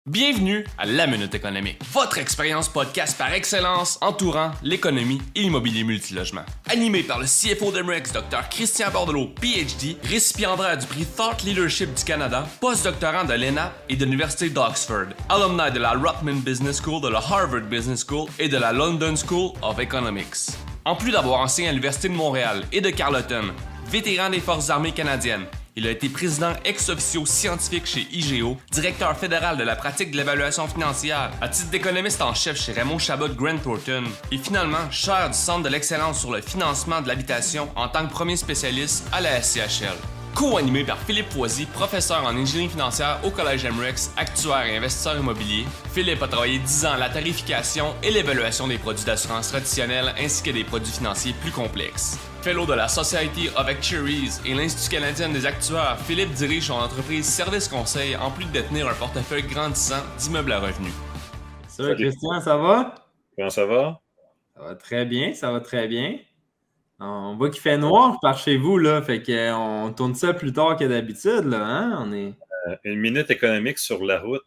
Bienvenue à La Minute Économique, votre expérience podcast par excellence entourant l'économie et l'immobilier multilogement. Animé par le CFO d'Emrex, Dr Christian Bordelot, PhD, récipiendaire du prix Thought Leadership du Canada, postdoctorant de l'ENA et de l'Université d'Oxford, alumni de la Rutman Business School, de la Harvard Business School et de la London School of Economics. En plus d'avoir enseigné à l'Université de Montréal et de Carleton, vétéran des Forces armées canadiennes, il a été président ex-officio scientifique chez IGO, directeur fédéral de la pratique de l'évaluation financière, à titre d'économiste en chef chez Raymond Chabot Grant Thornton, et finalement chaire du Centre de l'excellence sur le financement de l'habitation en tant que premier spécialiste à la SCHL. Co-animé par Philippe Foisy, professeur en ingénierie financière au Collège Emrex, actuaire et investisseur immobilier, Philippe a travaillé 10 ans à la tarification et l'évaluation des produits d'assurance traditionnels ainsi que des produits financiers plus complexes. Fellow de la Society of Actuaries et l'Institut canadien des actuaires, Philippe dirige son entreprise Service Conseil en plus de détenir un portefeuille grandissant d'immeubles à revenus. Salut Christian, ça va? Comment ça va? Ça va très bien, ça va très bien. On voit qu'il fait noir par chez vous, là, fait qu'on tourne ça plus tard que d'habitude, là, hein? On est... Une minute économique sur la route.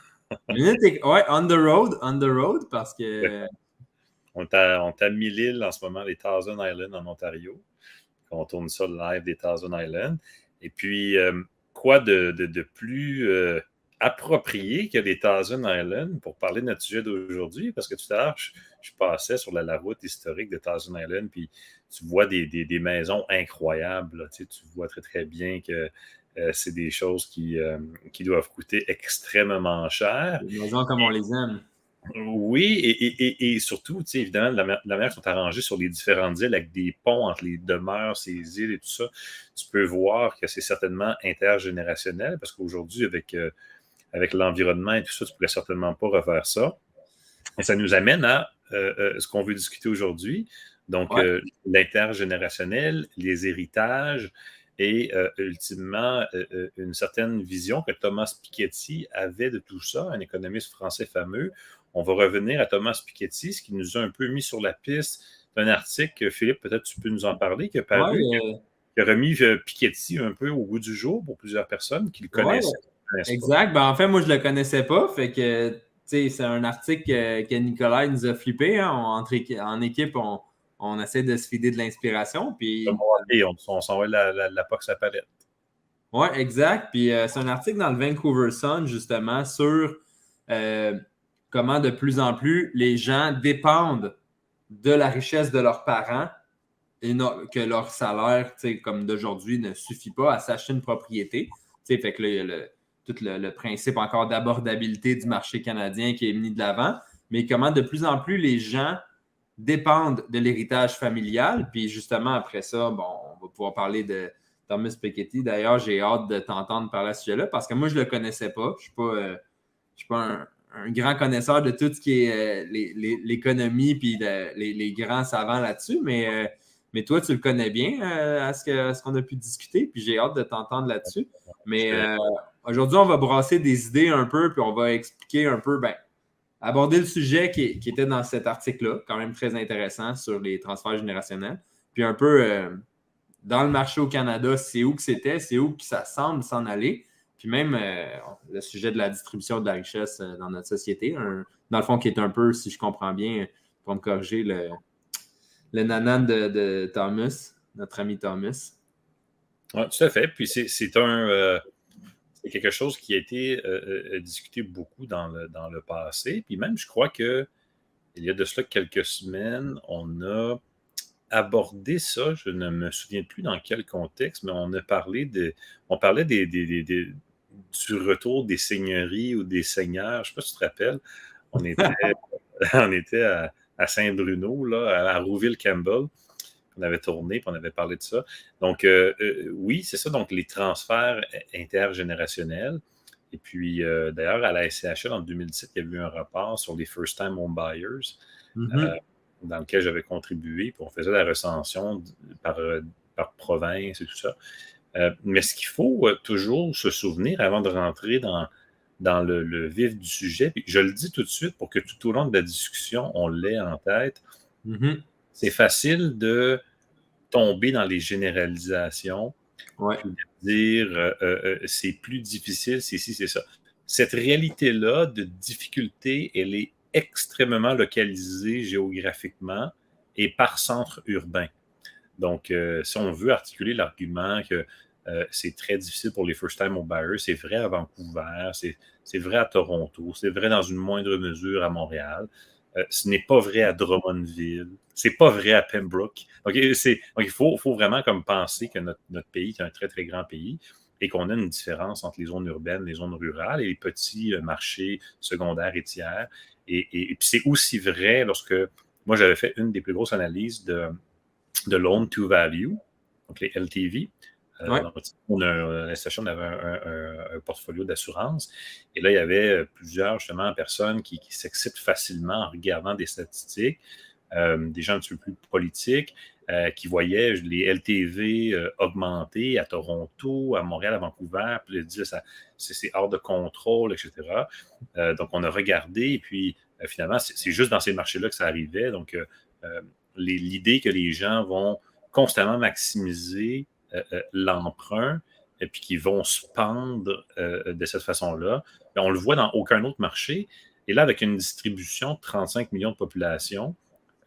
Ouais, on the road, parce que... On est à Mille-Îles en ce moment, les Thousand Islands en Ontario. On tourne ça live des Thousand Islands. Et puis, quoi de plus approprié que les Thousand Islands pour parler de notre sujet d'aujourd'hui? Parce que tout à l'heure, je passais sur la route historique de Thousand Islands, puis tu vois des maisons incroyables. Là, tu vois très, très bien que c'est des choses qui doivent coûter extrêmement cher. Les maisons comme on les aime. Oui, et surtout, évidemment, la manière qu'ils sont arrangés sur les différentes îles avec des ponts entre les demeures, ces îles et tout ça, tu peux voir que c'est certainement intergénérationnel parce qu'aujourd'hui, avec l'environnement et tout ça, tu ne pourrais certainement pas refaire ça. Et ça nous amène à ce qu'on veut discuter aujourd'hui. Donc, l'intergénérationnel, les héritages et ultimement une certaine vision que Thomas Piketty avait de tout ça, un économiste français fameux. On va revenir à Thomas Piketty, ce qui nous a un peu mis sur la piste d'un article, Philippe, peut-être tu peux nous en parler, qui a paru, qui a remis Piketty un peu au goût du jour pour plusieurs personnes qui le connaissaient. Exact. Ben, en fait, moi, je ne le connaissais pas. Fait que, c'est un article que Nicolas nous a flippé. Hein. En équipe, on essaie de se fider de l'inspiration. Puis... on s'envoie la pox à palette. Oui, exact. Puis c'est un article dans le Vancouver Sun, justement, sur comment de plus en plus les gens dépendent de la richesse de leurs parents et que leur salaire, comme d'aujourd'hui, ne suffit pas à s'acheter une propriété. Fait que là, il y a tout le principe encore d'abordabilité du marché canadien qui est mis de l'avant, mais comment de plus en plus les gens dépendent de l'héritage familial. Puis justement, après ça, bon, on va pouvoir parler de Thomas Piketty. D'ailleurs, j'ai hâte de t'entendre parler à ce sujet-là parce que moi, je ne le connaissais pas. Je ne suis pas un grand connaisseur de tout ce qui est l'économie puis les grands savants là-dessus, mais toi, tu le connais bien à ce qu'on a pu discuter, puis j'ai hâte de t'entendre là-dessus. Mais aujourd'hui, on va brasser des idées un peu, puis on va expliquer un peu, aborder le sujet qui était dans cet article-là, quand même très intéressant sur les transferts générationnels. Puis un peu dans le marché au Canada, c'est où que c'était, c'est où que ça semble s'en aller. Puis même le sujet de la distribution de la richesse dans notre société, dans le fond, qui est un peu, si je comprends bien, pour me corriger, le nanan de Thomas, notre ami Thomas. Oui, tout à fait. Puis c'est quelque chose qui a été discuté beaucoup dans le passé. Puis même, je crois qu'il y a de cela quelques semaines, on a abordé ça. Je ne me souviens plus dans quel contexte, mais on parlait du retour des seigneuries ou des seigneurs. Je ne sais pas si tu te rappelles. On était à Saint-Bruno, là, à Rouville-Campbell. On avait tourné, puis on avait parlé de ça. Donc, oui, c'est ça. Donc, les transferts intergénérationnels. Et puis, d'ailleurs, à la SCHL, en 2017, il y a eu un rapport sur les first-time home buyers, dans lequel j'avais contribué, puis on faisait la recension par province et tout ça. Mais ce qu'il faut toujours se souvenir avant de rentrer dans le vif du sujet, puis je le dis tout de suite pour que tout au long de la discussion, on l'ait en tête. C'est facile de tomber dans les généralisations, Ouais. puis de dire c'est plus difficile, c'est ci, c'est ça. cette réalité-là de difficulté, elle est extrêmement localisée géographiquement et par centre urbain. Donc, si on veut articuler l'argument que c'est très difficile pour les first-time homebuyers, c'est vrai à Vancouver, c'est vrai à Toronto, c'est vrai dans une moindre mesure à Montréal. Ce n'est pas vrai à Drummondville, c'est pas vrai à Pembroke. Donc, il faut vraiment comme penser que notre pays est un très, très grand pays et qu'on a une différence entre les zones urbaines, les zones rurales et les petits marchés secondaires et tiers. Et puis c'est aussi vrai lorsque moi, j'avais fait une des plus grosses analyses de loan to value, donc les LTV. Ouais. L'institution avait un portfolio d'assurance. Et là, il y avait plusieurs, justement, personnes qui s'excitent facilement en regardant des statistiques, des gens un petit peu plus politiques, qui voyaient les LTV augmenter à Toronto, à Montréal, à Vancouver, puis ils disaient c'est hors de contrôle, etc. Donc, on a regardé, et puis finalement, c'est juste dans ces marchés-là que ça arrivait. Donc, l'idée que les gens vont constamment maximiser l'emprunt et puis qu'ils vont se pendre de cette façon-là. On le voit dans aucun autre marché. Et là, avec une distribution de 35 millions de population,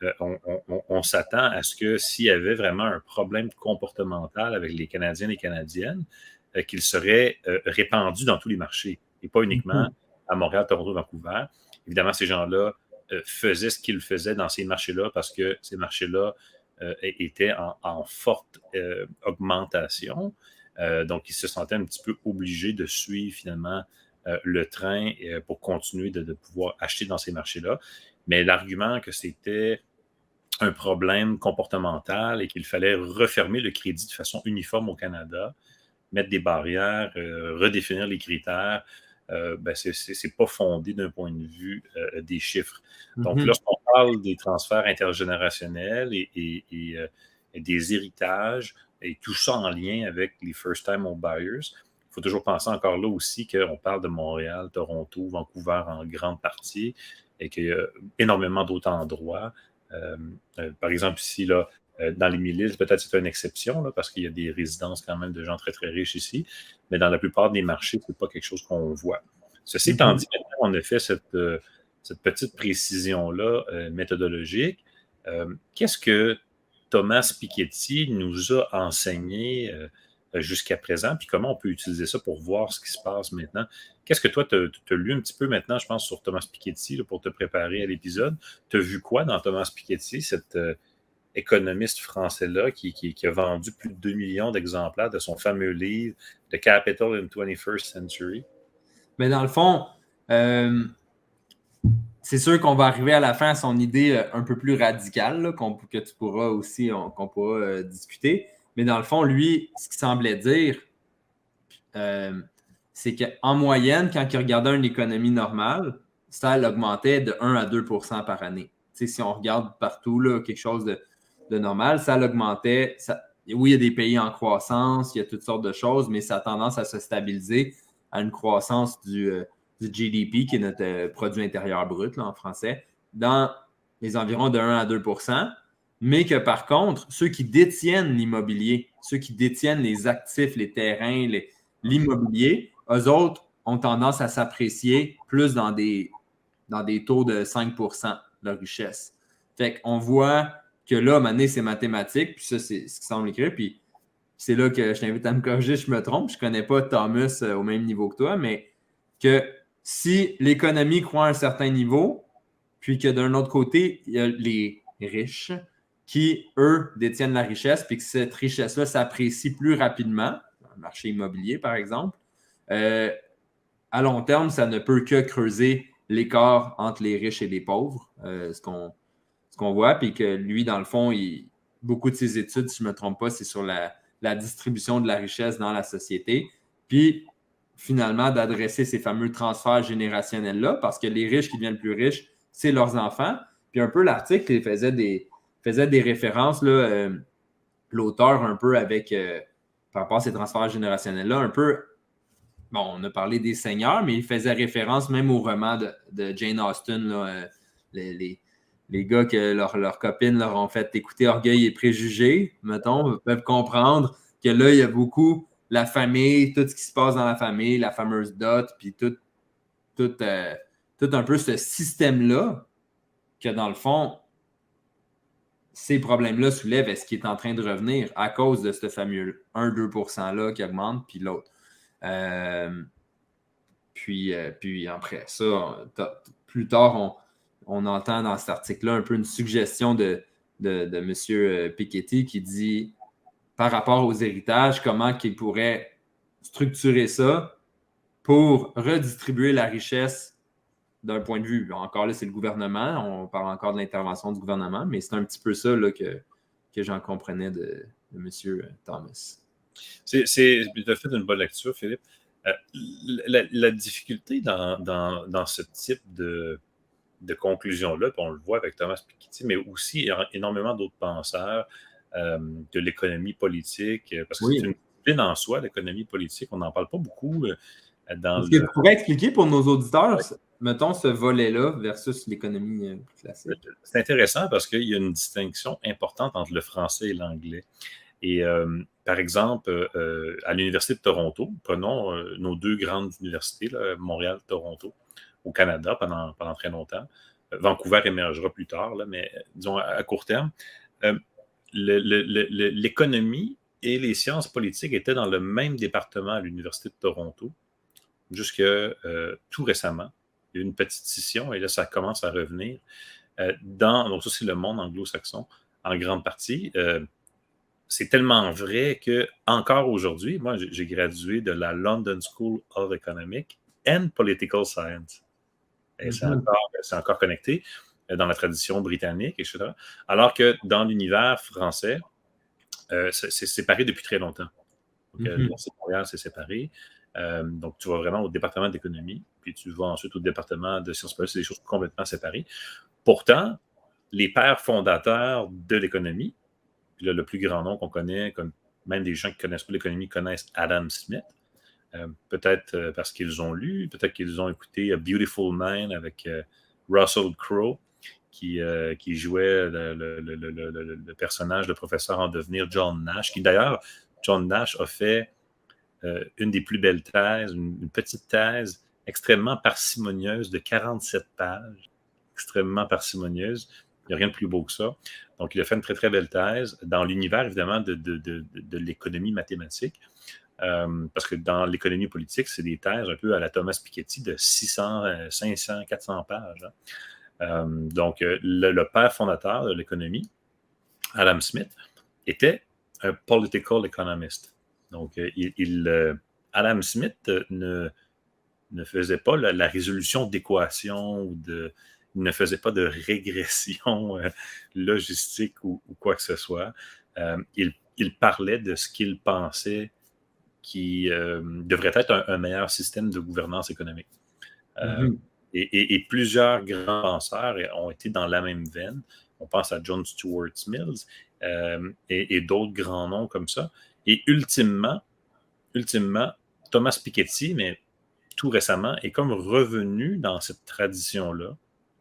on s'attend à ce que s'il y avait vraiment un problème comportemental avec les Canadiens et Canadiennes, qu'il serait répandu dans tous les marchés et pas uniquement à Montréal, Toronto, Vancouver. Évidemment, ces gens-là faisaient ce qu'ils faisaient dans ces marchés-là parce que ces marchés-là étaient en forte augmentation. Donc, ils se sentaient un petit peu obligés de suivre finalement le train pour continuer de pouvoir acheter dans ces marchés-là. Mais l'argument que c'était un problème comportemental et qu'il fallait refermer le crédit de façon uniforme au Canada, mettre des barrières, redéfinir les critères, c'est pas fondé d'un point de vue des chiffres. Donc, lorsqu'on parle des transferts intergénérationnels et des héritages, et tout ça en lien avec les first-time home buyers, il faut toujours penser encore là aussi qu'on parle de Montréal, Toronto, Vancouver en grande partie, et qu'il y a énormément d'autres endroits. Par exemple, ici, là, dans les Mille-Îles, peut-être c'est une exception, là, parce qu'il y a des résidences quand même de gens très, très riches ici, mais dans la plupart des marchés, ce n'est pas quelque chose qu'on voit. Ceci étant dit, maintenant, on a fait cette petite précision-là méthodologique. Qu'est-ce que Thomas Piketty nous a enseigné jusqu'à présent, puis comment on peut utiliser ça pour voir ce qui se passe maintenant? Qu'est-ce que toi, tu as lu un petit peu maintenant, je pense, sur Thomas Piketty là, pour te préparer à l'épisode? Tu as vu quoi dans Thomas Piketty, cet économiste français-là qui a vendu plus de 2 millions d'exemplaires de son fameux livre « The Capital in the 21st Century ». Mais dans le fond, c'est sûr qu'on va arriver à la fin à son idée un peu plus radicale là, que tu pourras aussi qu'on pourra discuter. Mais dans le fond, lui, ce qu'il semblait dire, c'est qu'en moyenne, quand il regardait une économie normale, ça l'augmentait de 1 à 2 % par année. Tu sais, si on regarde partout là, quelque chose de normal, ça l'augmentait. Oui, il y a des pays en croissance, il y a toutes sortes de choses, mais ça a tendance à se stabiliser à une croissance du GDP, qui est notre produit intérieur brut là, en français, dans les environs de 1 à 2 %, mais que par contre, ceux qui détiennent l'immobilier, ceux qui détiennent les actifs, les terrains, l'immobilier, eux autres ont tendance à s'apprécier plus dans des taux de 5 % de leur richesse. Fait qu'on voit que là, à un moment donné, c'est mathématique, puis ça, c'est ce qui semble écrire, puis c'est là que je t'invite à me corriger si je me trompe. Je ne connais pas Thomas au même niveau que toi, mais que si l'économie croît à un certain niveau, puis que d'un autre côté, il y a les riches qui, eux, détiennent la richesse, puis que cette richesse-là s'apprécie plus rapidement, dans le marché immobilier, par exemple, à long terme, ça ne peut que creuser l'écart entre les riches et les pauvres, ce qu'on voit, puis que lui, dans le fond, beaucoup de ses études, si je ne me trompe pas, c'est sur la distribution de la richesse dans la société, puis finalement d'adresser ces fameux transferts générationnels-là, parce que les riches qui deviennent plus riches, c'est leurs enfants. Puis un peu l'article, il faisait des références, là, l'auteur un peu avec, par rapport à ces transferts générationnels-là, un peu, bon, on a parlé des seigneurs, mais il faisait référence même au roman de Jane Austen, là, les gars que leurs copines leur ont fait écouter Orgueil et Préjugés, mettons, peuvent comprendre que là, il y a beaucoup la famille, tout ce qui se passe dans la famille, la fameuse dot, puis tout tout un peu ce système-là que, dans le fond, ces problèmes-là soulèvent est-ce qu'il est en train de revenir à cause de ce fameux 1-2%-là qui augmente, puis l'autre. Puis après ça, plus tard, on entend dans cet article-là un peu une suggestion de M. Piketty qui dit, par rapport aux héritages, comment qu'il pourrait structurer ça pour redistribuer la richesse d'un point de vue. Encore là, c'est le gouvernement. On parle encore de l'intervention du gouvernement, mais c'est un petit peu ça là, que j'en comprenais de M. Thomas. Tu as fait une bonne lecture, Philippe. La difficulté dans ce type de conclusion-là, puis on le voit avec Thomas Piketty, mais aussi énormément d'autres penseurs de l'économie politique, parce que c'est une discipline en soi, l'économie politique. On n'en parle pas beaucoup Est-ce que tu pourrais expliquer pour nos auditeurs, mettons, ce volet-là versus l'économie classique? C'est intéressant parce qu'il y a une distinction importante entre le français et l'anglais. Et par exemple, à l'Université de Toronto, prenons nos deux grandes universités, là, Montréal, Toronto, au Canada pendant très longtemps. Vancouver émergera plus tard, là, mais disons à court terme. L'économie et les sciences politiques étaient dans le même département à l'Université de Toronto jusque tout récemment. Il y a eu une petite scission et là, ça commence à revenir. Donc ça, c'est le monde anglo-saxon en grande partie. C'est tellement vrai que encore aujourd'hui, moi, j'ai gradué de la London School of Economic and Political Science. Et c'est encore connecté dans la tradition britannique, etc. Alors que dans l'univers français, c'est séparé depuis très longtemps. Donc, l'Université de Montréal, c'est séparé. Donc, tu vas vraiment au département d'économie, puis tu vas ensuite au département de sciences politiques, c'est des choses complètement séparées. Pourtant, les pères fondateurs de l'économie, puis là, le plus grand nom qu'on connaît, comme même des gens qui ne connaissent pas l'économie connaissent Adam Smith, peut-être parce qu'ils ont lu, peut-être qu'ils ont écouté A Beautiful Mind avec Russell Crowe, qui jouait le personnage de professeur en devenir John Nash, qui d'ailleurs, John Nash a fait une des plus belles thèses, une petite thèse extrêmement parcimonieuse de 47 pages, extrêmement parcimonieuse. Il n'y a rien de plus beau que ça. Donc, il a fait une très, très belle thèse dans l'univers, évidemment, de l'économie mathématique. Parce que dans l'économie politique, c'est des thèses un peu à la Thomas Piketty de 600, 500, 400 pages. Donc, le père fondateur de l'économie, Adam Smith, était un political economist. Donc, Adam Smith ne faisait pas la résolution d'équations ou il ne faisait pas de régression logistique ou quoi que ce soit. Il parlait de ce qu'il pensait qui devrait être un meilleur système de gouvernance économique. Et plusieurs grands penseurs ont été dans la même veine. On pense à John Stuart Mills et d'autres grands noms comme ça. Et ultimement, Thomas Piketty, mais tout récemment, est comme revenu dans cette tradition-là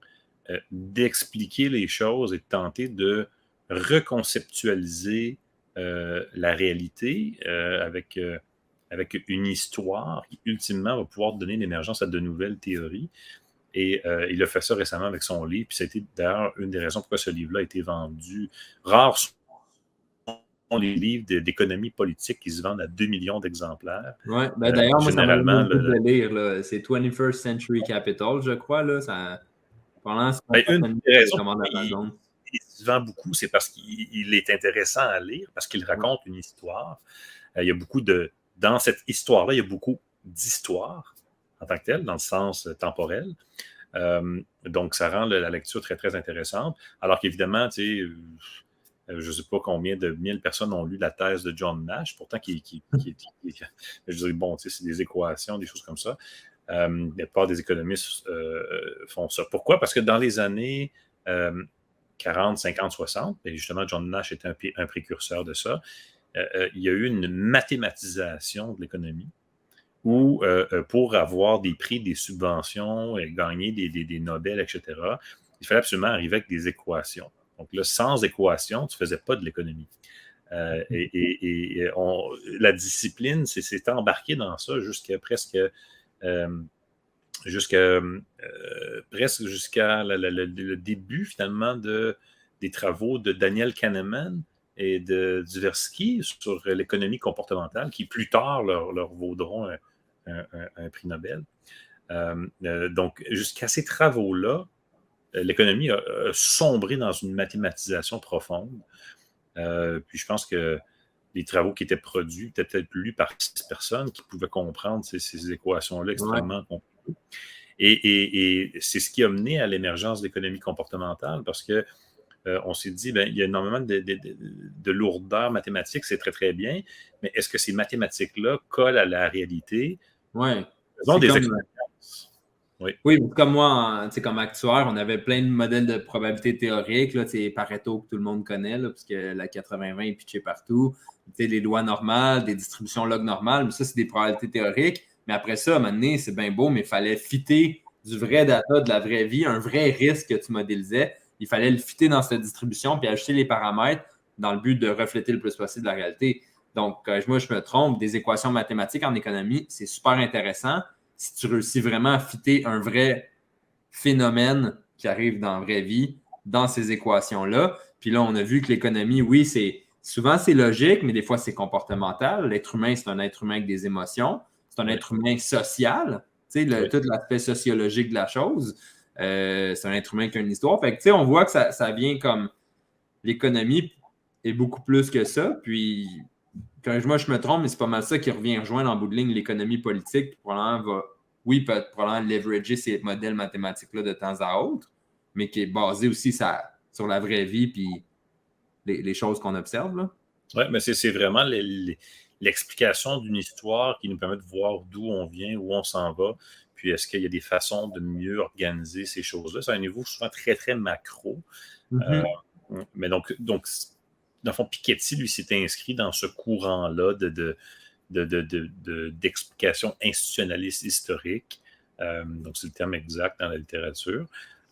d'expliquer les choses et de tenter de reconceptualiser la réalité avec une histoire qui, ultimement, va pouvoir donner l'émergence à de nouvelles théories. Et il a fait ça récemment avec son livre. Puis ça a été d'ailleurs une des raisons pourquoi ce livre-là a été vendu. Rares sont les livres d'économie politique qui se vendent à 2 millions d'exemplaires. Oui, d'ailleurs, moi, généralement, ça m'a de lire. Là. C'est 21st Century Capital, je crois. Là. Ça, pendant une des raisons il se vend beaucoup, c'est parce qu'il est intéressant à lire, parce qu'il raconte une histoire. Il y a beaucoup dans cette histoire-là, il y a beaucoup d'histoires en tant que telle, dans le sens temporel. Donc, ça rend la lecture très, très intéressante. Alors qu'évidemment, tu sais, je ne sais pas combien de 1000 personnes ont lu la thèse de John Nash, pourtant, je dirais, bon, tu sais, c'est des équations, des choses comme ça. La plupart des économistes font ça. Pourquoi? Parce que dans les années 40, 50, 60, et justement, John Nash était un précurseur de ça, il y a eu une mathématisation de l'économie où, pour avoir des prix, des subventions, et gagner des Nobel, etc., il fallait absolument arriver avec des équations. Donc là, sans équations, tu ne faisais pas de l'économie. La discipline s'est embarquée dans ça jusqu'à presque presque jusqu'à le début, finalement, des travaux de Daniel Kahneman et de Tversky sur l'économie comportementale, qui plus tard leur vaudront un prix Nobel. Donc, jusqu'à ces travaux-là, l'économie a sombré dans une mathématisation profonde. Puis je pense que les travaux qui étaient produits étaient peut-être lus par 6 personnes qui pouvaient comprendre ces équations-là extrêmement compliquées. Et c'est ce qui a mené à l'émergence de l'économie comportementale, parce que on s'est dit, il y a énormément de lourdeur mathématique, c'est très, très bien, mais est-ce que ces mathématiques-là collent à la réalité? Oui. Faisons des expériences. Oui, comme moi, comme actuaire, on avait plein de modèles de probabilité théorique, là, Pareto que tout le monde connaît, là, parce que la 80-20 est pitchée partout, les lois normales, des distributions log normales, mais ça, c'est des probabilités théoriques. Mais après ça, à un moment donné, c'est bien beau, mais il fallait fitter du vrai data, de la vraie vie, un vrai risque que tu modélisais. Il fallait le fitter dans cette distribution puis ajouter les paramètres dans le but de refléter le plus possible la réalité. Donc, moi, je me trompe, des équations mathématiques en économie, c'est super intéressant si tu réussis vraiment à fitter un vrai phénomène qui arrive dans la vraie vie dans ces équations-là. Puis là, on a vu que l'économie, oui, souvent c'est logique, mais des fois c'est comportemental. L'être humain, c'est un être humain avec des émotions. C'est un être humain social. Tout l'aspect sociologique de la chose. C'est un être humain qui a une histoire. Fait que, on voit que ça vient comme l'économie est beaucoup plus que ça. Puis, quand moi je me trompe, mais c'est pas mal ça qui revient rejoindre en bout de ligne l'économie politique. Puis probablement peut probablement leverager ces modèles mathématiques-là de temps à autre, mais qui est basé aussi sur la vraie vie puis les choses qu'on observe. Oui, mais c'est vraiment l'explication d'une histoire qui nous permet de voir d'où on vient, où on s'en va, puis est-ce qu'il y a des façons de mieux organiser ces choses-là. C'est un niveau souvent très, très macro. Mm-hmm. Mais donc, dans le fond, Piketty, lui, s'est inscrit dans ce courant-là d'explication institutionnaliste historique. Donc, c'est le terme exact dans la littérature.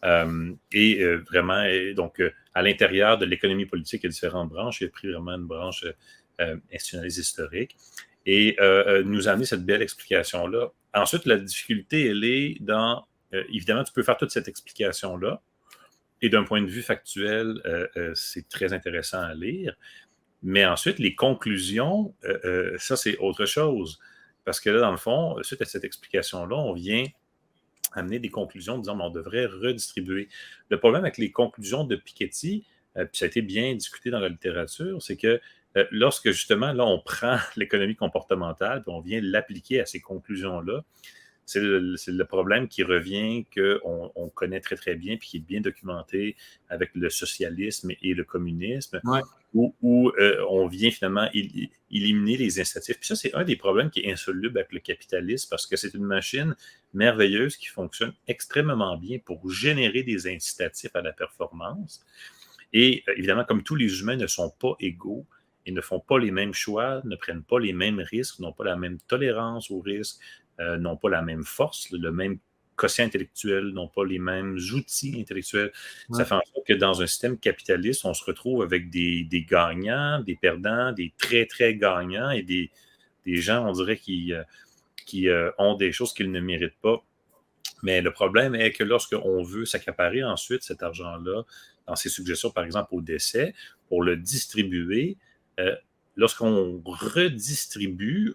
Vraiment, donc, à l'intérieur de l'économie politique, il y a différentes branches. Il a pris vraiment une branche institutionnaliste historique et nous a amené cette belle explication-là. Ensuite, la difficulté, elle est dans... évidemment, tu peux faire toute cette explication-là et d'un point de vue factuel, c'est très intéressant à lire. Mais ensuite, les conclusions, ça, c'est autre chose. Parce que là, dans le fond, suite à cette explication-là, on vient amener des conclusions en disant qu'on devrait redistribuer. Le problème avec les conclusions de Piketty, puis ça a été bien discuté dans la littérature, c'est que lorsque justement, là, on prend l'économie comportementale puis on vient l'appliquer à ces conclusions-là, c'est le problème qui revient, qu'on connaît très, très bien puis qui est bien documenté avec le socialisme et le communisme, où on vient finalement éliminer les incitatifs. Puis ça, c'est un des problèmes qui est insoluble avec le capitalisme parce que c'est une machine merveilleuse qui fonctionne extrêmement bien pour générer des incitatifs à la performance. Et évidemment, comme tous les humains ne sont pas égaux, ils ne font pas les mêmes choix, ne prennent pas les mêmes risques, n'ont pas la même tolérance aux risques, n'ont pas la même force, le même quotient intellectuel, n'ont pas les mêmes outils intellectuels. Ouais. Ça fait en sorte que dans un système capitaliste, on se retrouve avec des gagnants, des perdants, des très, très gagnants et des gens, on dirait, qui ont des choses qu'ils ne méritent pas. Mais le problème est que lorsqu'on veut s'accaparer ensuite cet argent-là, dans ces suggestions, par exemple, au décès, pour le distribuer, lorsqu'on redistribue,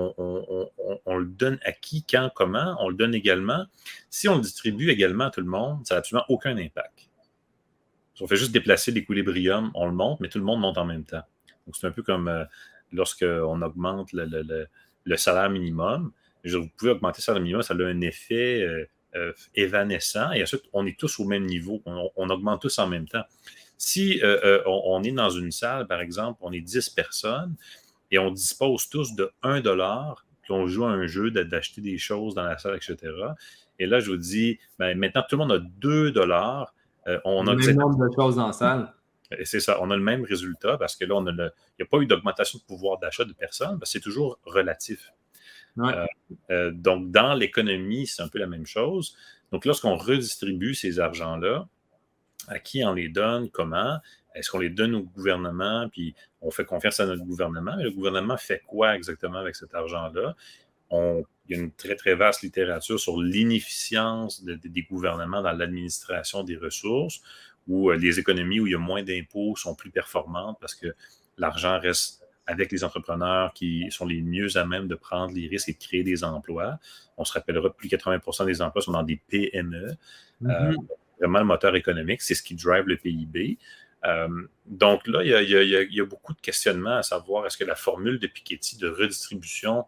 on le donne à qui, quand, comment, on le donne également. Si on le distribue également à tout le monde, ça n'a absolument aucun impact. Si on fait juste déplacer l'équilibrium, on le monte, mais tout le monde monte en même temps. Donc, c'est un peu comme lorsqu'on augmente le salaire minimum. Vous pouvez augmenter le salaire minimum, ça a un effet évanescent, et ensuite, on est tous au même niveau. On augmente tous en même temps. Si on est dans une salle, par exemple, on est 10 personnes et on dispose tous de 1 $, puis on joue à un jeu d'acheter des choses dans la salle, etc. Et là, je vous dis, maintenant, tout le monde a 2 $. On a le même nombre de choses dans la salle. Et c'est ça, on a le même résultat parce que là, il n'y a pas eu d'augmentation de pouvoir d'achat de personne, parce que c'est toujours relatif. Ouais. Donc, dans l'économie, c'est un peu la même chose. Donc, lorsqu'on redistribue ces argents-là, à qui on les donne, comment? Est-ce qu'on les donne au gouvernement, puis on fait confiance à notre gouvernement? Mais le gouvernement fait quoi exactement avec cet argent-là? il y a une très, très vaste littérature sur l'inefficience des gouvernements dans l'administration des ressources, où les économies où il y a moins d'impôts sont plus performantes parce que l'argent reste avec les entrepreneurs qui sont les mieux à même de prendre les risques et de créer des emplois. On se rappellera que plus de 80% des emplois sont dans des PME. Vraiment, le moteur économique, c'est ce qui drive le PIB. Donc là, il y a beaucoup de questionnements à savoir est-ce que la formule de Piketty de redistribution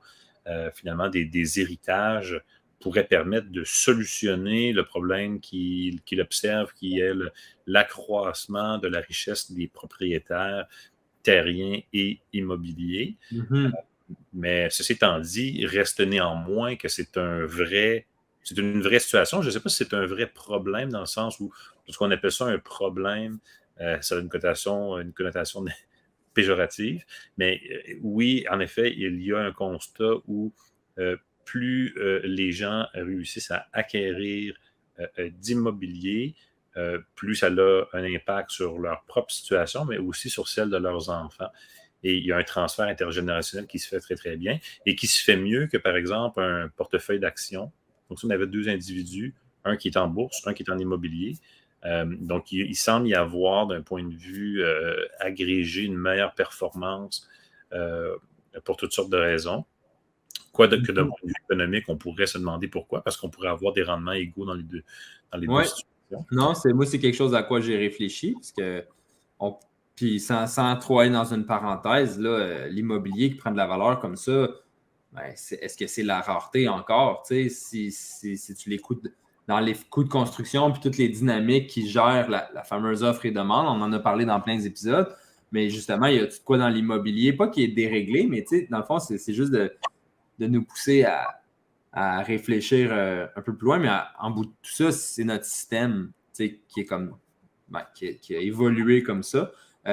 des héritages pourrait permettre de solutionner le problème qu'il observe, qui est l'accroissement de la richesse des propriétaires terriens et immobiliers. Mais ceci étant dit, il reste néanmoins que c'est une vraie situation. Je ne sais pas si c'est un vrai problème dans le sens où, lorsqu'on appelle ça un problème, ça a une connotation péjorative. Mais oui, en effet, il y a un constat où plus les gens réussissent à acquérir d'immobilier, plus ça a un impact sur leur propre situation, mais aussi sur celle de leurs enfants. Et il y a un transfert intergénérationnel qui se fait très, très bien et qui se fait mieux que, par exemple, un portefeuille d'actions. Donc, si on avait 2 individus, un qui est en bourse, un qui est en immobilier, donc il semble y avoir, d'un point de vue agrégé, une meilleure performance pour toutes sortes de raisons. Que d'un point de vue économique, on pourrait se demander pourquoi, parce qu'on pourrait avoir des rendements égaux dans les deux situations. Non, moi, c'est quelque chose à quoi j'ai réfléchi, parce que puis sans trop aller dans une parenthèse, là, l'immobilier qui prend de la valeur comme ça, ben, est-ce que c'est la rareté encore? Si tu l'écoutes dans les coûts de construction puis toutes les dynamiques qui gèrent la fameuse offre et demande, on en a parlé dans plein d'épisodes, mais justement, il y a tout quoi dans l'immobilier, pas qui est déréglé, mais dans le fond, c'est juste de nous pousser à réfléchir un peu plus loin, mais en bout de tout ça, c'est notre système qui est comme qui a évolué comme ça.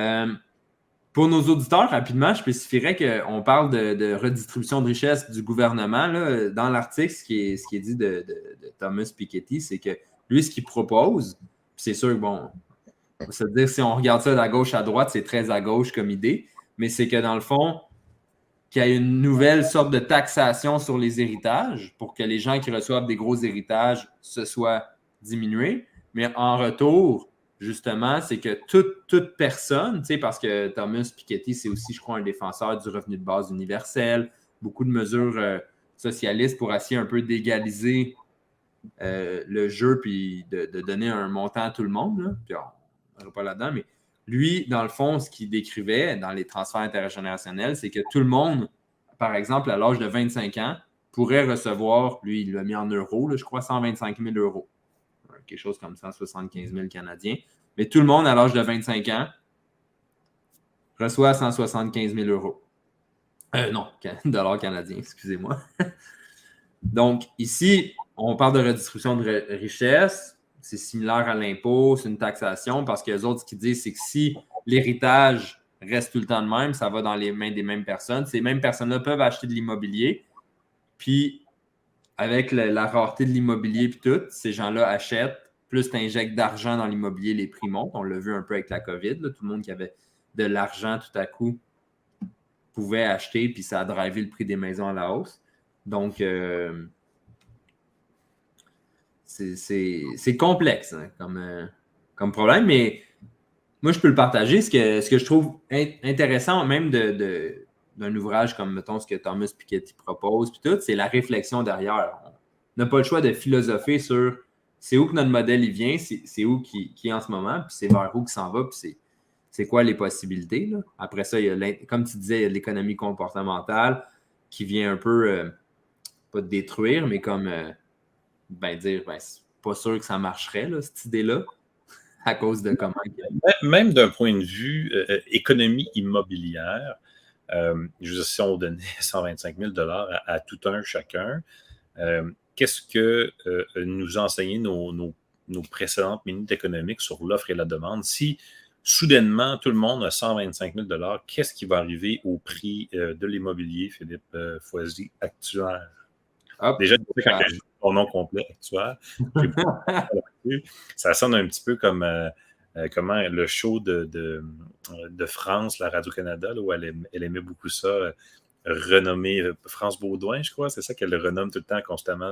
Pour nos auditeurs, rapidement, je spécifierais qu'on parle de redistribution de richesse du gouvernement. Là, dans l'article, ce qui est dit de Thomas Piketty, c'est que lui, ce qu'il propose, c'est sûr que, bon, on va se dire, si on regarde ça de gauche à droite, c'est très à gauche comme idée, mais c'est que dans le fond, qu'il y a une nouvelle sorte de taxation sur les héritages pour que les gens qui reçoivent des gros héritages se soient diminués. Mais en retour, justement, c'est que toute personne, parce que Thomas Piketty, c'est aussi, je crois, un défenseur du revenu de base universel, beaucoup de mesures socialistes pour essayer un peu d'égaliser le jeu puis de donner un montant à tout le monde. Là. Puis on n'ira pas là-dedans, mais lui, dans le fond, ce qu'il décrivait dans les transferts intergénérationnels, c'est que tout le monde, par exemple, à l'âge de 25 ans, pourrait recevoir, lui, il l'a mis en euros, là, je crois, 125 000 euros. Quelque chose comme 175 000 Canadiens. Mais tout le monde, à l'âge de 25 ans, reçoit 175 000 euros. Non, dollars canadiens, excusez-moi. Donc, ici, on parle de redistribution de richesse. C'est similaire à l'impôt, c'est une taxation, parce que les autres, ce qu'ils disent, c'est que si l'héritage reste tout le temps de même, ça va dans les mains des mêmes personnes. Ces mêmes personnes-là peuvent acheter de l'immobilier, puis avec la rareté de l'immobilier puis tout, ces gens-là achètent, plus tu injectes d'argent dans l'immobilier, les prix montent. On l'a vu un peu avec la COVID. Là. Tout le monde qui avait de l'argent tout à coup pouvait acheter, puis ça a drivé le prix des maisons à la hausse. Donc, c'est complexe hein, comme problème, mais moi, je peux le partager. Ce que je trouve intéressant, même d'un ouvrage comme, mettons, ce que Thomas Piketty propose, puis tout, c'est la réflexion derrière. On n'a pas le choix de philosopher sur c'est où que notre modèle il vient, c'est où qui est en ce moment, puis c'est vers où qu'il s'en va, puis c'est quoi les possibilités. Là. Après ça, il y a, comme tu disais, il y a l'économie comportementale qui vient un peu, pas détruire, mais comme dire, c'est pas sûr que ça marcherait, là, cette idée-là, à cause de comment... Même d'un point de vue économie immobilière, je veux dire, si on donnait 125 000 $ à tout un chacun, qu'est-ce que nous enseignaient nos précédentes minutes économiques sur l'offre et la demande? Si soudainement, tout le monde a 125 000 $, qu'est-ce qui va arriver au prix de l'immobilier, Philippe Foisy, actuel? Hop, déjà, quand je dis ton nom complet, actuel, ça sonne un petit peu comme comment le show de France, la Radio-Canada, là, où elle aimait beaucoup ça. renommée France Baudouin, je crois. C'est ça qu'elle le renomme tout le temps, constamment.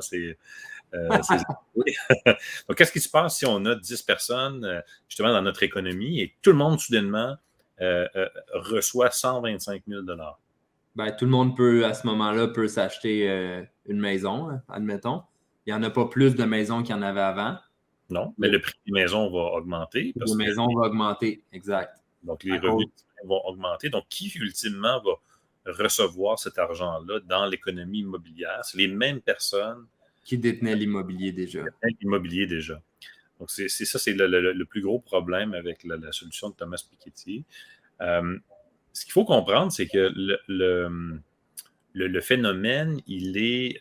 Donc, qu'est-ce qui se passe si on a 10 personnes, justement, dans notre économie et tout le monde, soudainement, reçoit 125 000 $? Ben, tout le monde peut, à ce moment-là, peut s'acheter une maison, admettons. Il n'y en a pas plus de maisons qu'il y en avait avant. Non, mais le prix des maisons va augmenter. Les maisons vont augmenter, exact. Donc, les revenus vont augmenter. Donc, qui, ultimement, va recevoir cet argent-là dans l'économie immobilière? C'est les mêmes personnes qui détenaient l'immobilier déjà. Donc, c'est ça, c'est le plus gros problème avec la solution de Thomas Piketty. Ce qu'il faut comprendre, c'est que le phénomène, il est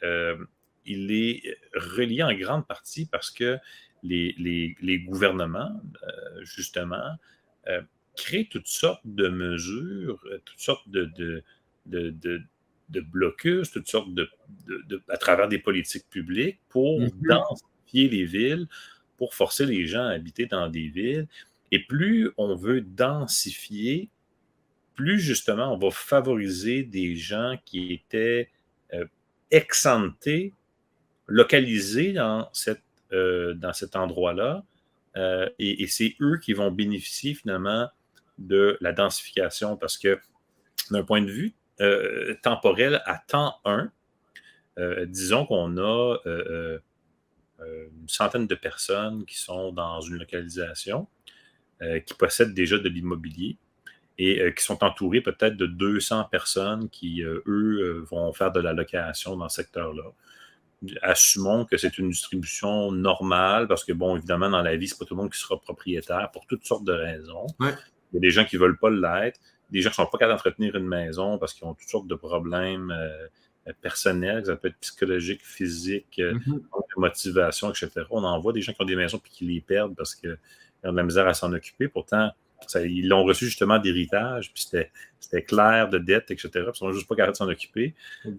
relié en grande partie parce que les gouvernements, justement, créent toutes sortes de mesures, toutes sortes de blocus, toutes sortes à travers des politiques publiques pour densifier les villes, pour forcer les gens à habiter dans des villes. Et plus on veut densifier, plus justement on va favoriser des gens qui étaient ex-ante, localisés dans cet endroit-là. Et c'est eux qui vont bénéficier finalement de la densification parce que d'un point de vue temporel, à temps 1, disons qu'on a une centaine de personnes qui sont dans une localisation, qui possèdent déjà de l'immobilier et qui sont entourées peut-être de 200 personnes qui, eux, vont faire de la location dans ce secteur-là. Assumons que c'est une distribution normale parce que, bon, évidemment, dans la vie, c'est pas tout le monde qui sera propriétaire pour toutes sortes de raisons. Ouais. Il y a des gens qui ne veulent pas l'être, des gens qui ne sont pas capables d'entretenir une maison parce qu'ils ont toutes sortes de problèmes personnels, ça peut être psychologique, physique, de motivation, etc. On en voit des gens qui ont des maisons et qui les perdent parce qu'ils ont de la misère à s'en occuper. Pourtant, ils l'ont reçu justement d'héritage, puis c'était clair, de dette, etc. Puis ils ne sont juste pas capables de s'en occuper.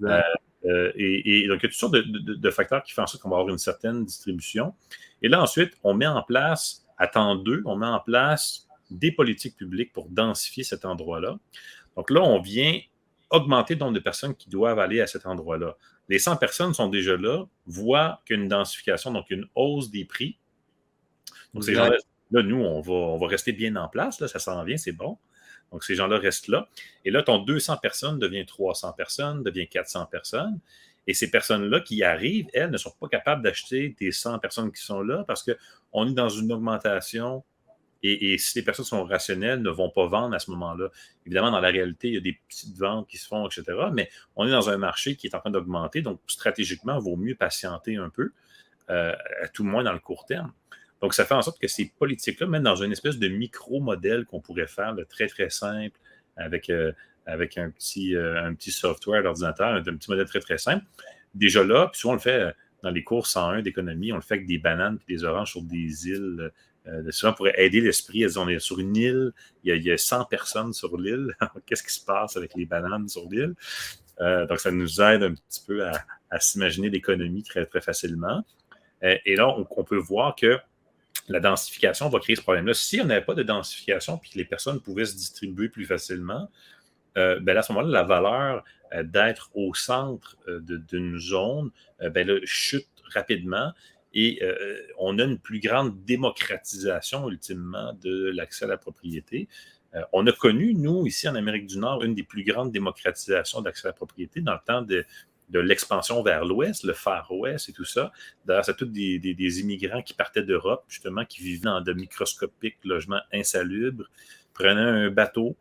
Et donc, il y a toutes sortes de facteurs qui font en sorte qu'on va avoir une certaine distribution. Et là, ensuite, on met en place, à temps 2, on met en place des politiques publiques pour densifier cet endroit-là. Donc là, on vient augmenter le nombre de personnes qui doivent aller à cet endroit-là. Les 100 personnes sont déjà là, voient qu'une densification, donc une hausse des prix. Donc, ces gens-là, nous, on va rester bien en place, là, ça s'en vient, c'est bon. Donc, ces gens-là restent là. Et là, ton 200 personnes devient 300 personnes, devient 400 personnes. Et ces personnes-là qui arrivent, elles, ne sont pas capables d'acheter des 100 personnes qui sont là parce qu'on est dans une augmentation. Et si les personnes sont rationnelles, ne vont pas vendre à ce moment-là. Évidemment, dans la réalité, il y a des petites ventes qui se font, etc. Mais on est dans un marché qui est en train d'augmenter. Donc, stratégiquement, il vaut mieux patienter un peu, à tout le moins dans le court terme. Donc, ça fait en sorte que ces politiques-là, même dans une espèce de micro-modèle qu'on pourrait faire, très, très simple, avec un petit software d'ordinateur, un petit modèle très, très simple. Déjà là, puis souvent on le fait dans les cours 101 d'économie, on le fait avec des bananes et des oranges sur des îles, souvent pour aider l'esprit. On est sur une île, il y a 100 personnes sur l'île. Qu'est-ce qui se passe avec les bananes sur l'île? Donc, ça nous aide un petit peu à s'imaginer l'économie très, très facilement. Et là, on peut voir que la densification va créer ce problème-là. Si on n'avait pas de densification puis que les personnes pouvaient se distribuer plus facilement, ben à ce moment-là, la valeur d'être au centre d'une zone chute rapidement et on a une plus grande démocratisation, ultimement, de l'accès à la propriété. On a connu, nous, ici en Amérique du Nord, une des plus grandes démocratisations d'accès à la propriété dans le temps de l'expansion vers l'Ouest, le Far West et tout ça. D'ailleurs, c'est tous des immigrants qui partaient d'Europe, justement, qui vivaient dans de microscopiques logements insalubres, prenaient un bateau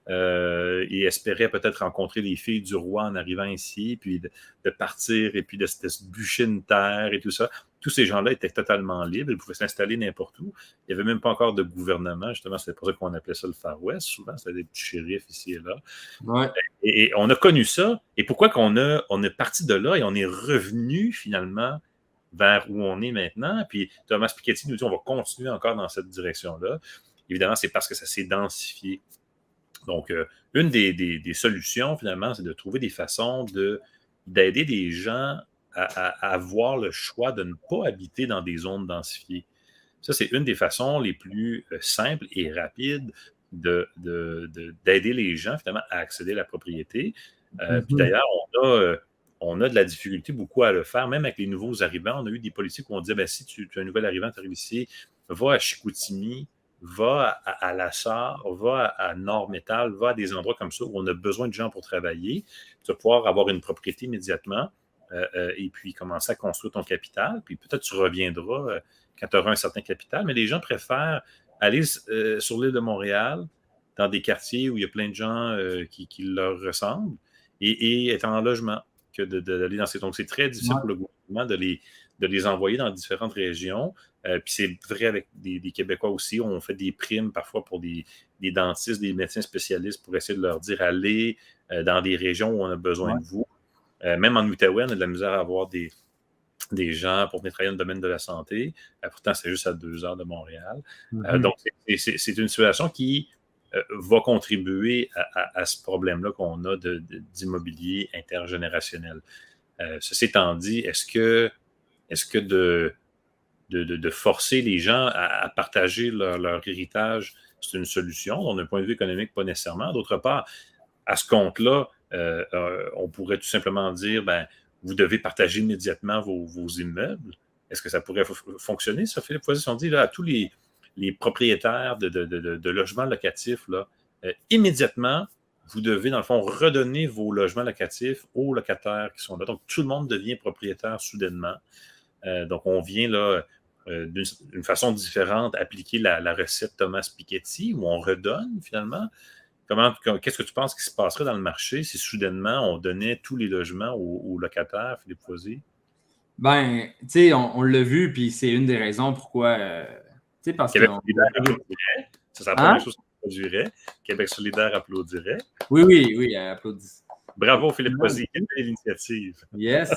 et espéraient peut-être rencontrer les filles du roi en arrivant ici, puis de partir et puis de se bûcher une terre et tout ça. Tous ces gens-là étaient totalement libres, ils pouvaient s'installer n'importe où. Il n'y avait même pas encore de gouvernement, justement, c'est pour ça qu'on appelait ça le Far West. Souvent, c'était des petits shérifs ici et là. Ouais. Et on a connu ça. Et pourquoi qu'on est parti de là et on est revenu finalement vers où on est maintenant? Puis Thomas Piketty nous dit on va continuer encore dans cette direction-là. Évidemment, c'est parce que ça s'est densifié. Donc, une des solutions, finalement, c'est de trouver des façons d'aider des gens à avoir le choix de ne pas habiter dans des zones densifiées. Ça, c'est une des façons les plus simples et rapides d'aider les gens, finalement, à accéder à la propriété. Puis d'ailleurs, on a de la difficulté beaucoup à le faire, même avec les nouveaux arrivants. On a eu des politiques où on disait, si tu es un nouvel arrivant, tu arrives ici, va à Chicoutimi, va à La Sarre, va à Nord-Métal, va à des endroits comme ça où on a besoin de gens pour travailler. Tu vas pouvoir avoir une propriété immédiatement et puis commencer à construire ton capital. Puis peut-être tu reviendras quand tu auras un certain capital, mais les gens préfèrent aller sur l'île de Montréal, dans des quartiers où il y a plein de gens qui leur ressemblent et être en logement que d'aller dans ces... Donc, c'est très difficile pour le gouvernement de les envoyer dans différentes régions. Puis c'est vrai avec des Québécois aussi. On fait des primes parfois pour des dentistes, des médecins spécialistes pour essayer de leur dire allez dans des régions où on a besoin de vous. Même en Outaouais, on a de la misère à avoir des gens pour venir travailler dans le domaine de la santé. Pourtant, c'est juste à 2 heures de Montréal. Donc, c'est une situation qui va contribuer à ce problème-là qu'on a d'immobilier intergénérationnel. Ceci étant dit, est-ce que de forcer les gens à partager leur héritage, c'est une solution? D'un point de vue économique, pas nécessairement. D'autre part, à ce compte-là, on pourrait tout simplement dire, vous devez partager immédiatement vos immeubles. Est-ce que ça pourrait fonctionner, ça, Philippe Foisy? On dit là, à tous les propriétaires de logements locatifs, là, immédiatement, vous devez, dans le fond, redonner vos logements locatifs aux locataires qui sont là. Donc, tout le monde devient propriétaire soudainement. Donc, on vient là, d'une façon différente, appliquer la recette Thomas Piketty, où on redonne finalement. Qu'est-ce que tu penses qui se passerait dans le marché si soudainement on donnait tous les logements aux locataires, Philippe Foisy? Tu sais, on l'a vu, puis c'est une des raisons pourquoi. Tu sais, parce que. Québec solidaire applaudirait. Ça, c'est la première chose qui produirait. Québec solidaire applaudirait. Oui, applaudit. Bravo, Philippe Foisy. Quelle belle initiative. Yes.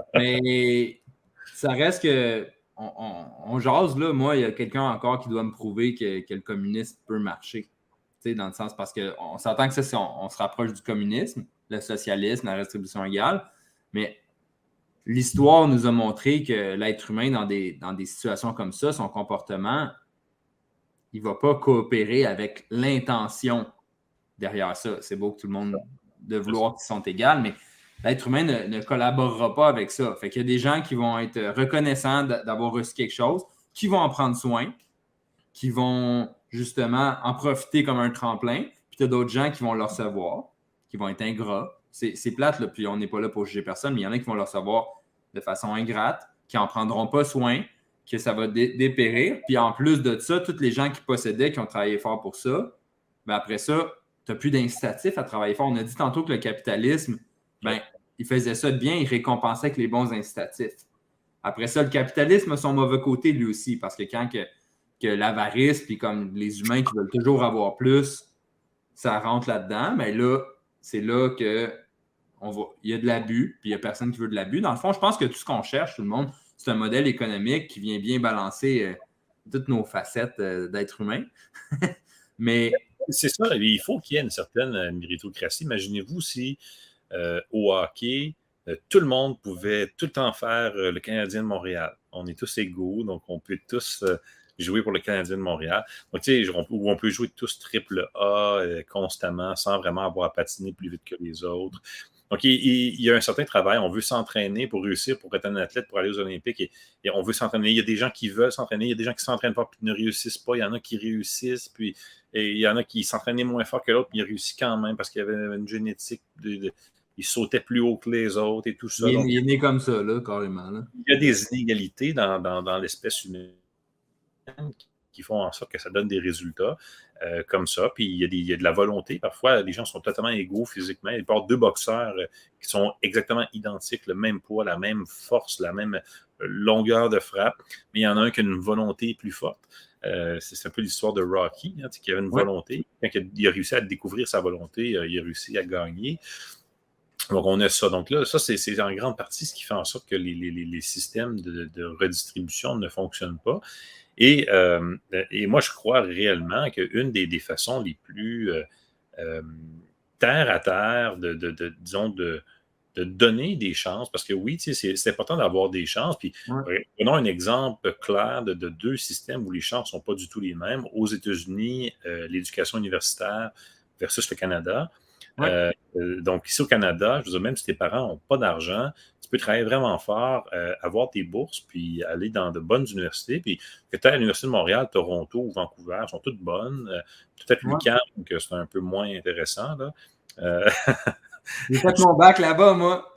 Mais ça reste que. On jase, là. Moi, il y a quelqu'un encore qui doit me prouver que le communisme peut marcher. Dans le sens parce qu'on s'entend que ça, on se rapproche du communisme, le socialisme, la redistribution égale, mais l'histoire nous a montré que l'être humain, dans des situations comme ça, son comportement, il ne va pas coopérer avec l'intention derrière ça. C'est beau que tout le monde de vouloir qu'ils sont égaux, mais l'être humain ne collaborera pas avec ça. Fait qu'il y a des gens qui vont être reconnaissants d'avoir reçu quelque chose, qui vont en prendre soin, qui vont justement en profiter comme un tremplin, puis tu as d'autres gens qui vont le recevoir, qui vont être ingrats. C'est plate, là, puis on n'est pas là pour juger personne, mais il y en a qui vont le recevoir de façon ingrate, qui n'en prendront pas soin, que ça va dépérir. Puis en plus de ça, tous les gens qui possédaient, qui ont travaillé fort pour ça, après ça, tu n'as plus d'incitatif à travailler fort. On a dit tantôt que le capitalisme, il faisait ça de bien, il récompensait avec les bons incitatifs. Après ça, le capitalisme a son mauvais côté lui aussi, parce que quand que l'avarice, puis comme les humains qui veulent toujours avoir plus, ça rentre là-dedans, mais là, c'est là que il y a de l'abus, puis il n'y a personne qui veut de l'abus. Dans le fond, je pense que tout ce qu'on cherche, tout le monde, c'est un modèle économique qui vient bien balancer toutes nos facettes d'être humain. Mais c'est ça, il faut qu'il y ait une certaine méritocratie. Imaginez-vous si au hockey, tout le monde pouvait tout le temps faire le Canadien de Montréal. On est tous égaux, donc on peut tous jouer pour le Canadien de Montréal. Donc, tu sais, on peut jouer tous triple A constamment sans vraiment avoir à patiner plus vite que les autres. Donc, il y a un certain travail. On veut s'entraîner pour réussir, pour être un athlète, pour aller aux Olympiques. Et on veut s'entraîner. Il y a des gens qui veulent s'entraîner. Il y a des gens qui s'entraînent fort et ne réussissent pas. Il y en a qui réussissent. Puis il y en a qui s'entraînaient moins fort que l'autre, puis ils réussissent quand même parce qu'il y avait une génétique. Ils sautaient plus haut que les autres et tout ça. Il est né comme ça, là, carrément. Là. Il y a des inégalités dans l'espèce humaine qui font en sorte que ça donne des résultats comme ça. Puis il y a de la volonté. Parfois, les gens sont totalement égaux physiquement. Il peut y avoir 2 boxeurs qui sont exactement identiques, le même poids, la même force, la même longueur de frappe, mais il y en a un qui a une volonté plus forte. C'est un peu l'histoire de Rocky, qui avait une volonté. Quand il a réussi à découvrir sa volonté, il a réussi à gagner. Donc, on a ça. Donc là, ça, c'est en grande partie ce qui fait en sorte que les systèmes de redistribution ne fonctionnent pas. Et moi, je crois réellement qu'une des façons les plus terre à terre disons, de donner des chances, parce que oui, c'est important d'avoir des chances. Puis, prenons un exemple clair de 2 systèmes où les chances ne sont pas du tout les mêmes. Aux États-Unis, l'éducation universitaire versus le Canada. Donc, ici au Canada, je veux dire, même si tes parents n'ont pas d'argent, tu peux travailler vraiment fort, avoir tes bourses, puis aller dans de bonnes universités. Puis que tu es à l'Université de Montréal, Toronto ou Vancouver, sont toutes bonnes. Peut-être l'UQAM, que c'est un peu moins intéressant. Là. J'ai fait mon bac là-bas, moi.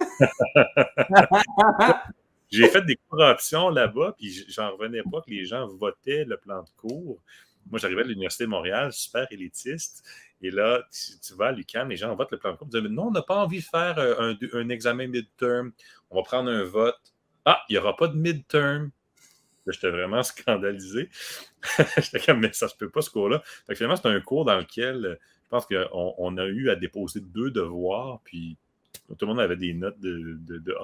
J'ai fait des cours options là-bas, puis j'en revenais pas que les gens votaient le plan de cours. Moi, j'arrivais à l'Université de Montréal, super élitiste. Et là, tu vas à l'UQAM, les gens votent le plan de cours. Ils disent, non, on n'a pas envie de faire un examen midterm. On va prendre un vote. Ah, il n'y aura pas de midterm. J'étais vraiment scandalisé. J'étais comme, mais ça se peut pas, ce cours-là. Fait que finalement, c'est un cours dans lequel je pense qu'on a eu à déposer 2 devoirs, puis tout le monde avait des notes de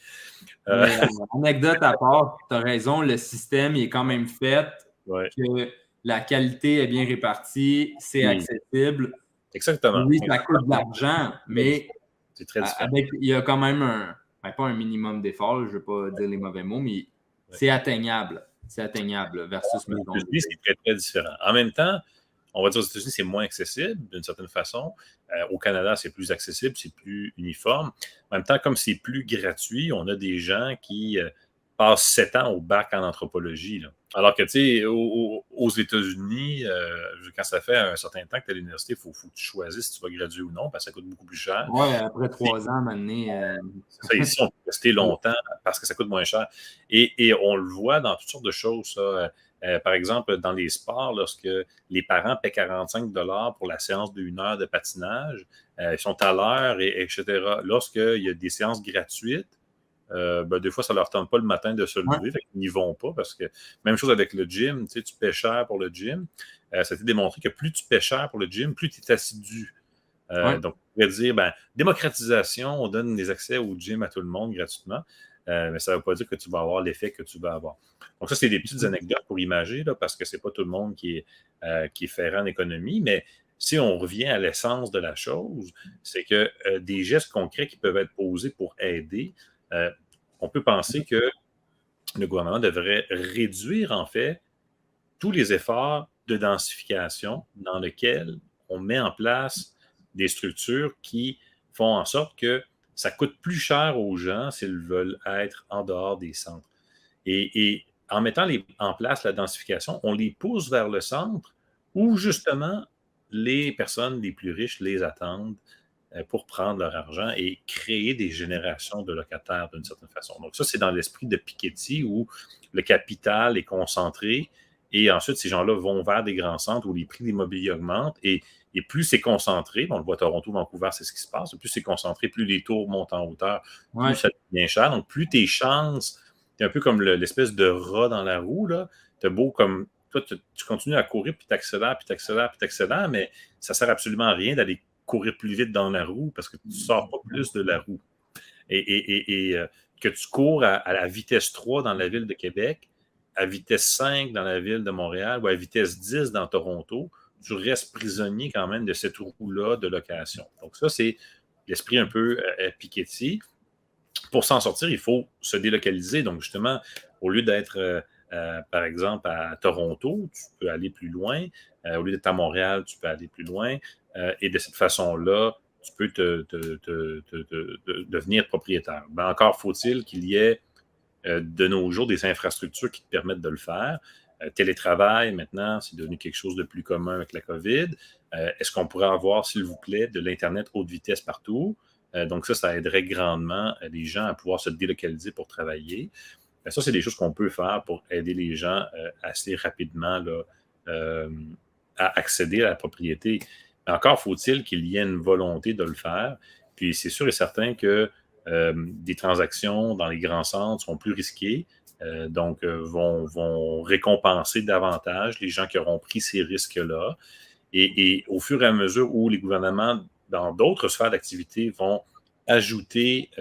A-. Anecdote à part, tu as raison, le système il est quand même fait, que la qualité est bien répartie, c'est accessible. Exactement. Oui, ça coûte de l'argent, mais c'est très différent. il y a quand même pas un minimum d'effort, je ne veux pas dire les mauvais mots, mais c'est atteignable. C'est atteignable versus les États-Unis, c'est très, très différent. En même temps, on va dire aux États-Unis, c'est moins accessible d'une certaine façon. Au Canada, c'est plus accessible, c'est plus uniforme. En même temps, comme c'est plus gratuit, on a des gens qui passent 7 ans au bac en anthropologie. Là. Alors que, tu sais, aux États-Unis, quand ça fait un certain temps que tu es à l'université, il faut que tu choisisses si tu vas graduer ou non, parce que ça coûte beaucoup plus cher. Oui, après 3 ans, maintenant. Ici, on peut rester longtemps parce que ça coûte moins cher. Et on le voit dans toutes sortes de choses, ça. Par exemple, dans les sports, lorsque les parents paient 45 $ pour la séance de 1 heure de patinage, ils sont à l'heure, etc. Lorsqu'il y a des séances gratuites, des fois, ça ne leur tente pas le matin de se lever, fait qu'ils n'y vont pas parce que, même chose avec le gym, tu sais, tu paies cher pour le gym. Ça a été démontré que plus tu paies cher pour le gym, plus tu es assidu. Donc, on pourrait dire, démocratisation, on donne des accès au gym à tout le monde gratuitement, mais ça ne veut pas dire que tu vas avoir l'effet que tu vas avoir. Donc, ça, c'est des petites anecdotes pour imager, là, parce que ce n'est pas tout le monde qui est ferrant en économie, mais si on revient à l'essence de la chose, c'est que des gestes concrets qui peuvent être posés pour aider, on peut penser que le gouvernement devrait réduire, en fait, tous les efforts de densification dans lesquels on met en place des structures qui font en sorte que ça coûte plus cher aux gens s'ils veulent être en dehors des centres. Et en mettant en place la densification, on les pousse vers le centre où, justement, les personnes les plus riches les attendent pour prendre leur argent et créer des générations de locataires d'une certaine façon. Donc ça, c'est dans l'esprit de Piketty où le capital est concentré et ensuite, ces gens-là vont vers des grands centres où les prix de l'immobilier augmentent et plus c'est concentré, on le voit à Toronto, Vancouver, c'est ce qui se passe, plus c'est concentré, plus les tours montent en hauteur, plus ça devient cher. Donc, plus tes chances, c'est un peu comme l'espèce de rat dans la roue, là. T'as beau comme, toi, tu continues à courir, puis t'accélères, mais ça sert absolument à rien d'aller courir plus vite dans la roue parce que tu ne sors pas plus de la roue. Et que tu cours à la vitesse 3 dans la ville de Québec, à vitesse 5 dans la ville de Montréal ou à vitesse 10 dans Toronto, tu restes prisonnier quand même de cette roue-là de location. Donc ça, c'est l'esprit un peu Piketty. Pour s'en sortir, il faut se délocaliser. Donc justement, au lieu d'être, par exemple, à Toronto, tu peux aller plus loin. Au lieu d'être à Montréal, tu peux aller plus loin. Et de cette façon-là, tu peux devenir propriétaire. Encore faut-il qu'il y ait de nos jours des infrastructures qui te permettent de le faire. Télétravail, maintenant, c'est devenu quelque chose de plus commun avec la COVID. Est-ce qu'on pourrait avoir, s'il vous plaît, de l'Internet haute vitesse partout? Donc ça aiderait grandement les gens à pouvoir se délocaliser pour travailler. Ça, c'est des choses qu'on peut faire pour aider les gens assez rapidement là, à accéder à la propriété. Mais encore faut-il qu'il y ait une volonté de le faire. Puis c'est sûr et certain que des transactions dans les grands centres sont plus risquées, donc vont récompenser davantage les gens qui auront pris ces risques-là. Et au fur et à mesure où les gouvernements, dans d'autres sphères d'activité, vont ajouter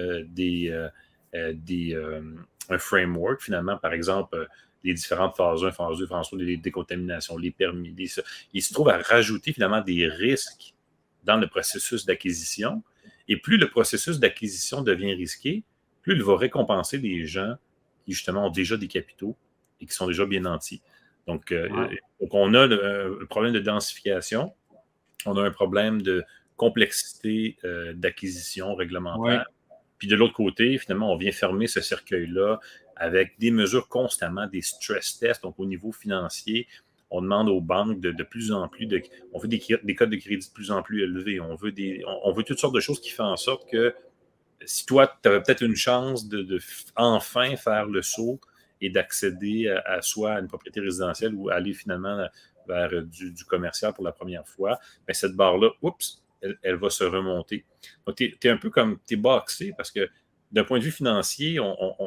un framework, finalement, par exemple, les différentes phases 1, phase 2, phase 3, les décontaminations, les permis, ils se trouvent à rajouter finalement des risques dans le processus d'acquisition. Et plus le processus d'acquisition devient risqué, plus il va récompenser les gens qui, justement, ont déjà des capitaux et qui sont déjà bien nantis. Donc on a un problème de densification, on a un problème de complexité d'acquisition réglementaire. Ouais. Puis de l'autre côté, finalement, on vient fermer ce cercueil-là avec des mesures constamment, des stress tests. Donc, au niveau financier, on demande aux banques de plus en plus, on veut des codes de crédit de plus en plus élevés. On veut toutes sortes de choses qui font en sorte que si toi, tu avais peut-être une chance de enfin faire le saut et d'accéder à soit à une propriété résidentielle ou aller finalement vers du commercial pour la première fois, bien, cette barre-là, oups, elle va se remonter. Donc, tu es un peu comme, tu es boxé parce que d'un point de vue financier,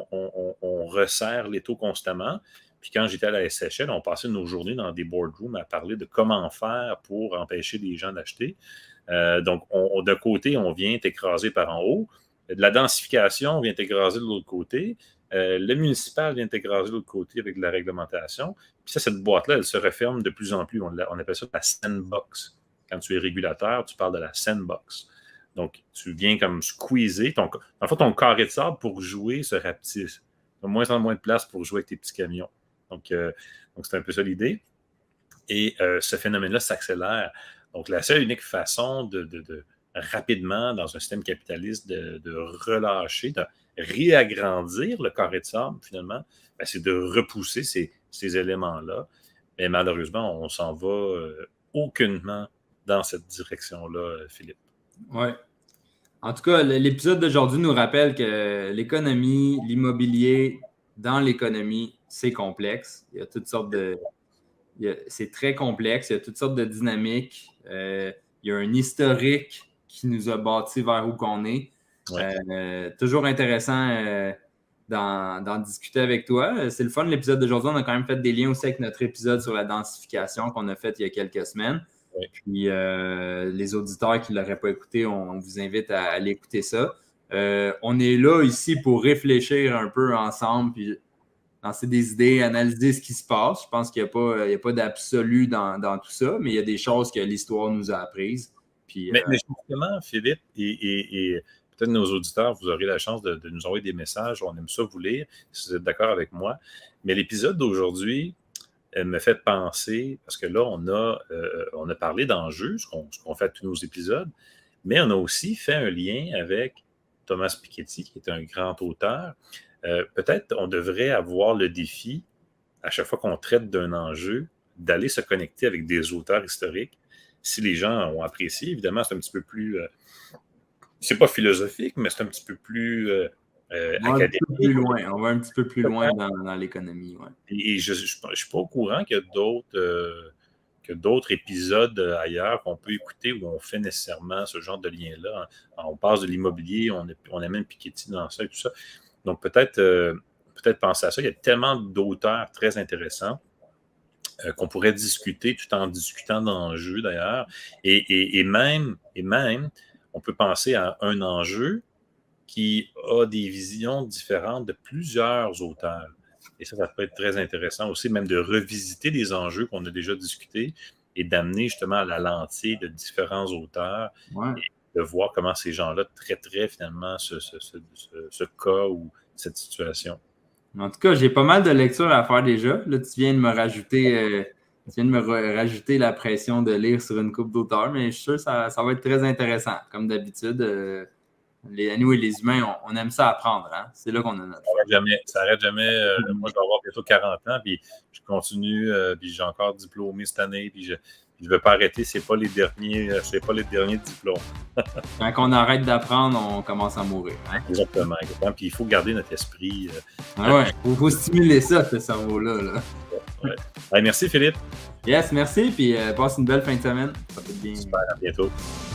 on resserre les taux constamment. Puis quand j'étais à la SHL, on passait nos journées dans des boardrooms à parler de comment faire pour empêcher les gens d'acheter. Donc, d'un côté, on vient t'écraser par en haut. De la densification vient t'écraser de l'autre côté. Le municipal vient t'écraser de l'autre côté avec de la réglementation. Puis ça, cette boîte-là, elle se referme de plus en plus. On appelle ça la sandbox. Quand tu es régulateur, tu parles de la sandbox. Donc, tu viens comme squeezer. En fait, ton carré de sable pour jouer se rapetisse. Tu as moins en moins de place pour jouer avec tes petits camions. Donc c'est un peu ça l'idée. Et ce phénomène-là s'accélère. Donc, la seule unique façon de rapidement, dans un système capitaliste, de relâcher, de réagrandir le carré de sable, finalement, bien, c'est de repousser ces éléments-là. Mais malheureusement, on s'en va aucunement dans cette direction-là, Philippe. Oui. En tout cas, l'épisode d'aujourd'hui nous rappelle que l'économie, l'immobilier, dans l'économie, c'est complexe. Il y a toutes sortes de... C'est très complexe. Il y a toutes sortes de dynamiques. Il y a un historique qui nous a bâti vers où qu'on est. Ouais. Toujours intéressant d'en discuter avec toi. C'est le fun, l'épisode d'aujourd'hui. On a quand même fait des liens aussi avec notre épisode sur la densification qu'on a fait il y a quelques semaines. Ouais. Puis les auditeurs qui ne l'auraient pas écouté, on vous invite à aller écouter ça. On est là ici pour réfléchir un peu ensemble, puis lancer des idées, analyser ce qui se passe. Je pense qu'il n'y a pas d'absolu dans tout ça, mais il y a des choses que l'histoire nous a apprises. Puis, mais justement, Philippe, et peut-être nos auditeurs, vous aurez la chance de nous envoyer des messages. On aime ça vous lire, si vous êtes d'accord avec moi. Mais l'épisode d'aujourd'hui me fait penser, parce que là, on a parlé d'enjeux, ce qu'on fait à tous nos épisodes, mais on a aussi fait un lien avec Thomas Piketty, qui est un grand auteur. Peut-être on devrait avoir le défi, à chaque fois qu'on traite d'un enjeu, d'aller se connecter avec des auteurs historiques. Si les gens ont apprécié, évidemment, c'est un petit peu plus... c'est pas philosophique, mais c'est un petit peu plus académique. On va un petit peu plus loin dans l'économie. Ouais. Et je ne suis pas au courant qu'il y a d'autres épisodes ailleurs qu'on peut écouter où on fait nécessairement ce genre de lien-là. On passe de l'immobilier, on amène Piketty dans ça et tout ça. Donc, peut-être penser à ça. Il y a tellement d'auteurs très intéressants qu'on pourrait discuter tout en discutant d'enjeux, d'ailleurs. Et même, on peut penser à un enjeu qui a des visions différentes de plusieurs auteurs. Et ça peut être très intéressant aussi, même de revisiter des enjeux qu'on a déjà discutés et d'amener justement à la lentille de différents auteurs et de voir comment ces gens-là traiteraient finalement ce cas ou cette situation. En tout cas, j'ai pas mal de lectures à faire déjà. Là, tu viens de me rajouter la pression de lire sur une couple d'auteurs, mais je suis sûr que ça va être très intéressant. Comme d'habitude, nous et les humains, on aime ça apprendre. Hein? C'est là qu'on a notre... Ça n'arrête jamais. Moi, je vais avoir bientôt 40 ans, puis je continue, puis j'ai encore diplômé cette année, puis je ne vais pas arrêter, c'est pas les derniers diplômes. Quand on arrête d'apprendre, on commence à mourir. Hein? Exactement. Puis il faut garder notre esprit. Il faut stimuler ça, ce cerveau-là. Là. Ouais. Allez, merci Philippe. Yes, merci, puis passe une belle fin de semaine. Ça fait bien. Super, à bientôt.